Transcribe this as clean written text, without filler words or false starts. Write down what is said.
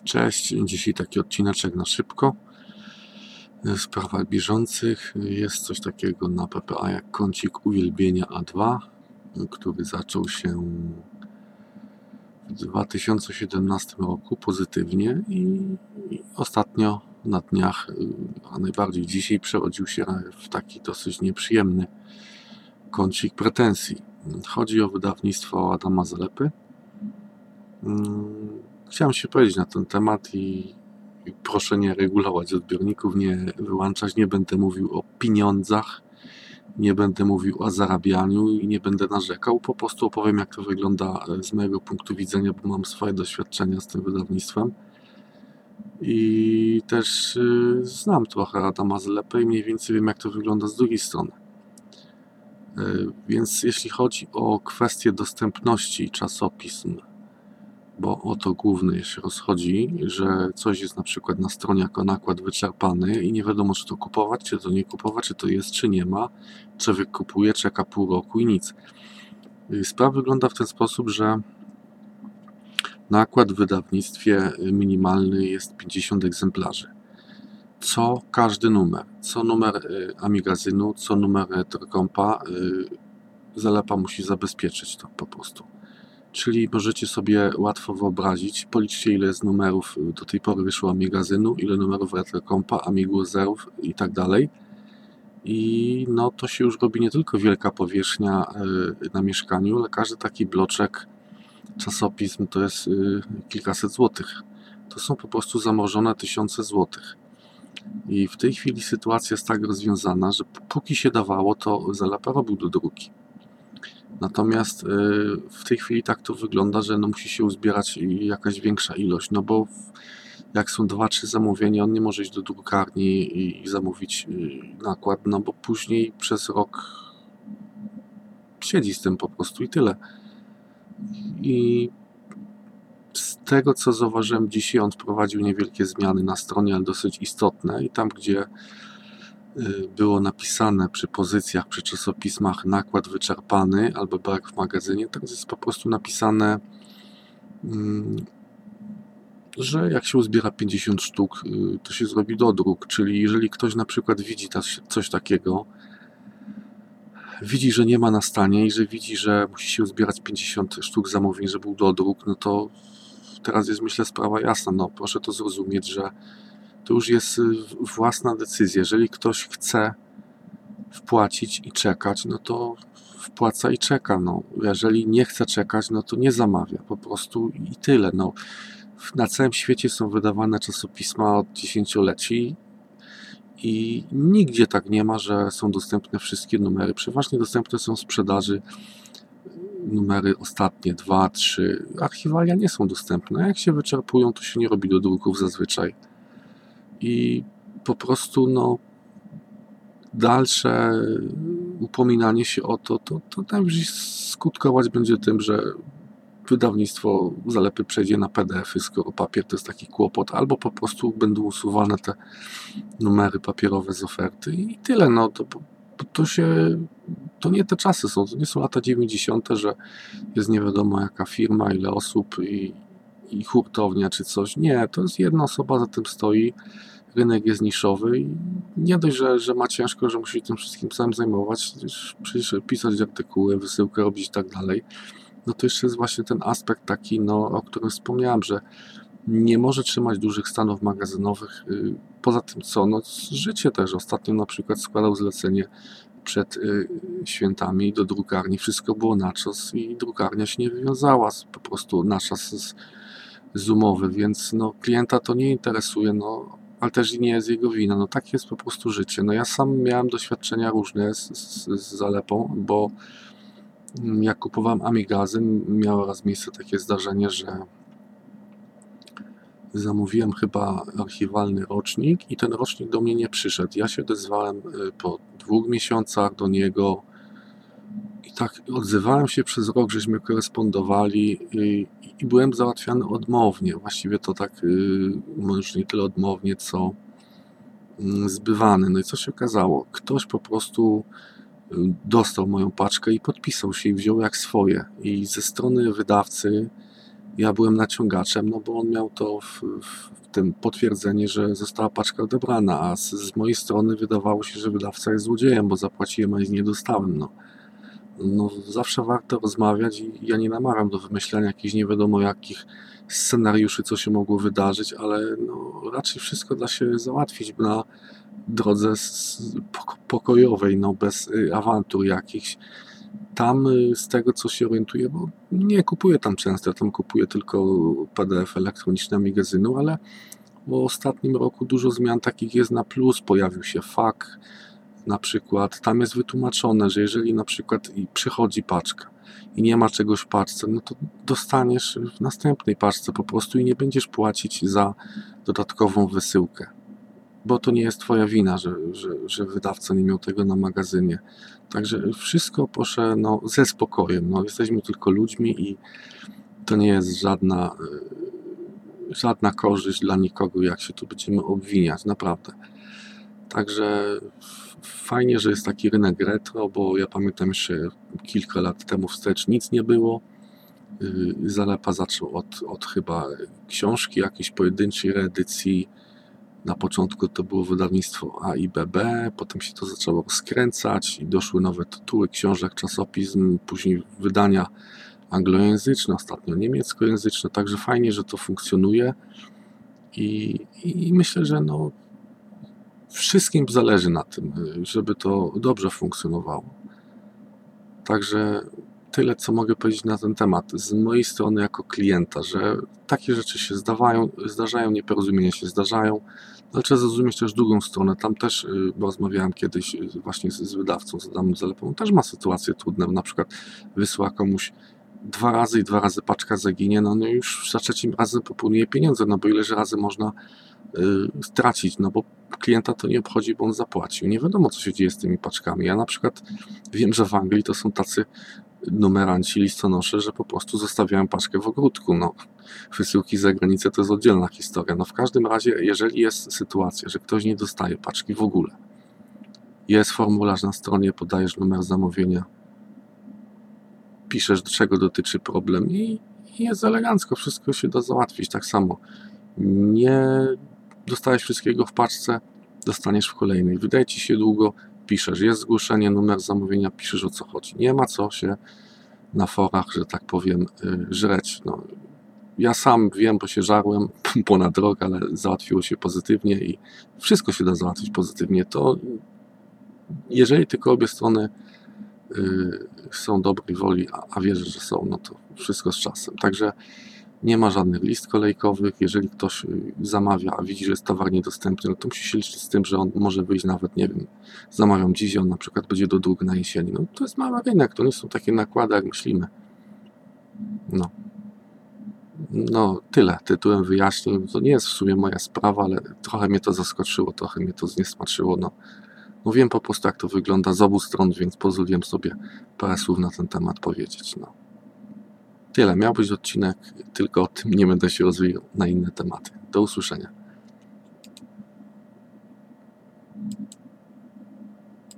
Cześć, dzisiaj taki odcineczek na szybko. W sprawach bieżących jest coś takiego na PPA jak kącik uwielbienia A2, który zaczął się w 2017 roku pozytywnie i ostatnio na dniach, a najbardziej dzisiaj przerodził się w taki dosyć nieprzyjemny kącik pretensji. Chodzi o wydawnictwo Adama Zalepy. Chciałem się powiedzieć na ten temat i proszę nie regulować odbiorników, nie wyłączać, nie będę mówił o pieniądzach, nie będę mówił o zarabianiu i nie będę narzekał, po prostu opowiem, jak to wygląda z mojego punktu widzenia, bo mam swoje doświadczenia z tym wydawnictwem i też znam trochę Adama Zalepę i mniej więcej wiem, jak to wygląda z drugiej strony. Więc jeśli chodzi o kwestię dostępności czasopism, bo o to głównie się rozchodzi, że coś jest na przykład na stronie jako nakład wyczerpany i nie wiadomo, czy to kupować, czy to nie kupować, czy to jest, czy nie ma, człowiek kupuje, czeka pół roku i nic. Sprawa wygląda w ten sposób, że nakład w wydawnictwie minimalny jest 50 egzemplarzy. Co każdy numer, co numer Amigazynu, co numer Retrokompa, Zalepa musi zabezpieczyć to po prostu. Czyli możecie sobie łatwo wyobrazić, policzcie, ile z numerów do tej pory wyszło Amigazynu, ile numerów Retrokompa, Amigu Zerów i tak dalej. I no to się już robi nie tylko wielka powierzchnia na mieszkaniu, ale każdy taki bloczek czasopism to jest kilkaset złotych. To są po prostu zamrożone tysiące złotych. I w tej chwili sytuacja jest tak rozwiązana, że póki się dawało, to Zalepa robił do druki. Natomiast w tej chwili tak to wygląda, że no musi się uzbierać jakaś większa ilość, no bo jak są 2-3 zamówienia, on nie może iść do drukarni i zamówić nakład, no bo później przez rok siedzi z tym po prostu i tyle. I z tego, co zauważyłem dzisiaj, on wprowadził niewielkie zmiany na stronie, ale dosyć istotne i tam, gdzie było napisane przy pozycjach, przy czasopismach nakład wyczerpany albo brak w magazynie, teraz jest po prostu napisane, że jak się uzbiera 50 sztuk, to się zrobi dodruk, czyli jeżeli ktoś na przykład widzi coś takiego, widzi, że nie ma na stanie i że widzi, że musi się uzbierać 50 sztuk zamówień, żeby był dodruk, no to teraz jest, myślę, sprawa jasna. No proszę to zrozumieć, że to już jest własna decyzja. Jeżeli ktoś chce wpłacić i czekać, no to wpłaca i czeka. No, jeżeli nie chce czekać, no to nie zamawia. Po prostu i tyle. No, na całym świecie są wydawane czasopisma od dziesięcioleci i nigdzie tak nie ma, że są dostępne wszystkie numery. Przeważnie dostępne są w sprzedaży numery ostatnie, 2, 3. Archiwalia nie są dostępne. Jak się wyczerpują, to się nie robi do druków zazwyczaj. I po prostu no dalsze upominanie się o to najwyżej skutkować będzie tym, że wydawnictwo Zalepy przejdzie na PDF-y, skoro papier to jest taki kłopot, albo po prostu będą usuwane te numery papierowe z oferty i tyle. No to nie te czasy są, to nie są lata 90., że jest nie wiadomo jaka firma, ile osób i hurtownia czy coś. Nie, to jest jedna osoba za tym stoi. Rynek jest niszowy i nie dość, że ma ciężko, że musi tym wszystkim sam zajmować, przecież pisać artykuły, wysyłkę robić i tak dalej, no to jeszcze jest właśnie ten aspekt taki, no, o którym wspomniałem, że nie może trzymać dużych stanów magazynowych. Poza tym co, no życie też. Ostatnio na przykład składał zlecenie przed świętami do drukarni, wszystko było na czas i drukarnia się nie wywiązała po prostu na czas z umowy, więc no klienta to nie interesuje, no ale też i nie jest jego wina, no takie jest po prostu życie. No ja sam miałem doświadczenia różne z Zalepą, bo jak kupowałem Amigazyn, miało raz miejsce takie zdarzenie, że zamówiłem chyba archiwalny rocznik i ten rocznik do mnie nie przyszedł. Ja się odezwałem po 2 miesiącach do niego i tak odzywałem się przez rok, żeśmy korespondowali i byłem załatwiany odmownie. Właściwie to tak może nie tyle odmownie, co zbywany. No i co się okazało? Ktoś po prostu dostał moją paczkę i podpisał się i wziął jak swoje. I ze strony wydawcy Ja byłem naciągaczem, no bo on miał to w tym potwierdzenie, że została paczka odebrana, a z mojej strony wydawało się, że wydawca jest złodziejem, bo zapłaciłem, a nic nie dostałem. No, zawsze warto rozmawiać i ja nie namawiam do wymyślania jakichś nie wiadomo jakich scenariuszy, co się mogło wydarzyć, ale no, raczej wszystko da się załatwić na drodze pokojowej, no, bez awantur jakichś. Tam z tego, co się orientuję, bo nie kupuję tam często, ja tam kupuję tylko PDF elektroniczne magazynu, ale w ostatnim roku dużo zmian takich jest na plus. Pojawił się FAQ na przykład. Tam jest wytłumaczone, że jeżeli na przykład przychodzi paczka i nie ma czegoś w paczce, no to dostaniesz w następnej paczce po prostu i nie będziesz płacić za dodatkową wysyłkę. Bo to nie jest twoja wina, że wydawca nie miał tego na magazynie. Także wszystko proszę, no, ze spokojem. No, jesteśmy tylko ludźmi i to nie jest żadna korzyść dla nikogo, jak się tu będziemy obwiniać, naprawdę. Także fajnie, że jest taki rynek retro, bo ja pamiętam jeszcze kilka lat temu wstecz nic nie było. Zalepa zaczął od chyba książki jakiejś pojedynczej reedycji. Na początku to było wydawnictwo A i BB, potem się to zaczęło rozkręcać i doszły nowe tytuły książek, czasopism, później wydania anglojęzyczne, ostatnio niemieckojęzyczne, także fajnie, że to funkcjonuje i myślę, że no, wszystkim zależy na tym, żeby to dobrze funkcjonowało. Także tyle, co mogę powiedzieć na ten temat. Z mojej strony jako klienta, że takie rzeczy się zdarzają, nieporozumienia się zdarzają, ale trzeba zrozumieć też drugą stronę. Tam też, bo rozmawiałem kiedyś właśnie z wydawcą, z Adamem Zalepą, też ma sytuacje trudne, na przykład wysła komuś 2 razy i 2 razy paczka zaginie, no już za trzecim razem proponuje pieniądze, no bo ileż razy można stracić, no bo klienta to nie obchodzi, bo on zapłacił. Nie wiadomo, co się dzieje z tymi paczkami. Ja na przykład wiem, że w Anglii to są tacy numeranci, listonosze, że po prostu zostawiają paczkę w ogródku. No, wysyłki za granicę to jest oddzielna historia. No w każdym razie, jeżeli jest sytuacja, że ktoś nie dostaje paczki w ogóle, jest formularz na stronie, podajesz numer zamówienia, piszesz, do czego dotyczy problem i jest elegancko, wszystko się da załatwić. Tak samo nie dostałeś wszystkiego w paczce, dostaniesz w kolejnej. Wydaje ci się długo, piszesz, jest zgłoszenie, numer zamówienia, piszesz, o co chodzi. Nie ma co się na forach, że tak powiem, żreć. No, ja sam wiem, bo się żarłem ponad rok, ale załatwiło się pozytywnie i wszystko się da załatwić pozytywnie. To jeżeli tylko obie strony są dobrej woli, a wierzę, że są, no to wszystko z czasem. Także nie ma żadnych list kolejkowych. Jeżeli ktoś zamawia, a widzi, że jest towar niedostępny, no to musi się liczyć z tym, że on może wyjść nawet, nie wiem, zamawiam dziś, on na przykład będzie do dróg na jesieni. No to jest mały rynek, to nie są takie nakłady, jak myślimy. No tyle tytułem wyjaśnień. To nie jest w sumie moja sprawa, ale trochę mnie to zaskoczyło, trochę mnie to zniesmaczyło. No wiem po prostu, jak to wygląda z obu stron, więc pozwoliłem sobie parę słów na ten temat powiedzieć. No. Tyle, miał być odcinek tylko o tym, nie będę się rozwijał na inne tematy. Do usłyszenia.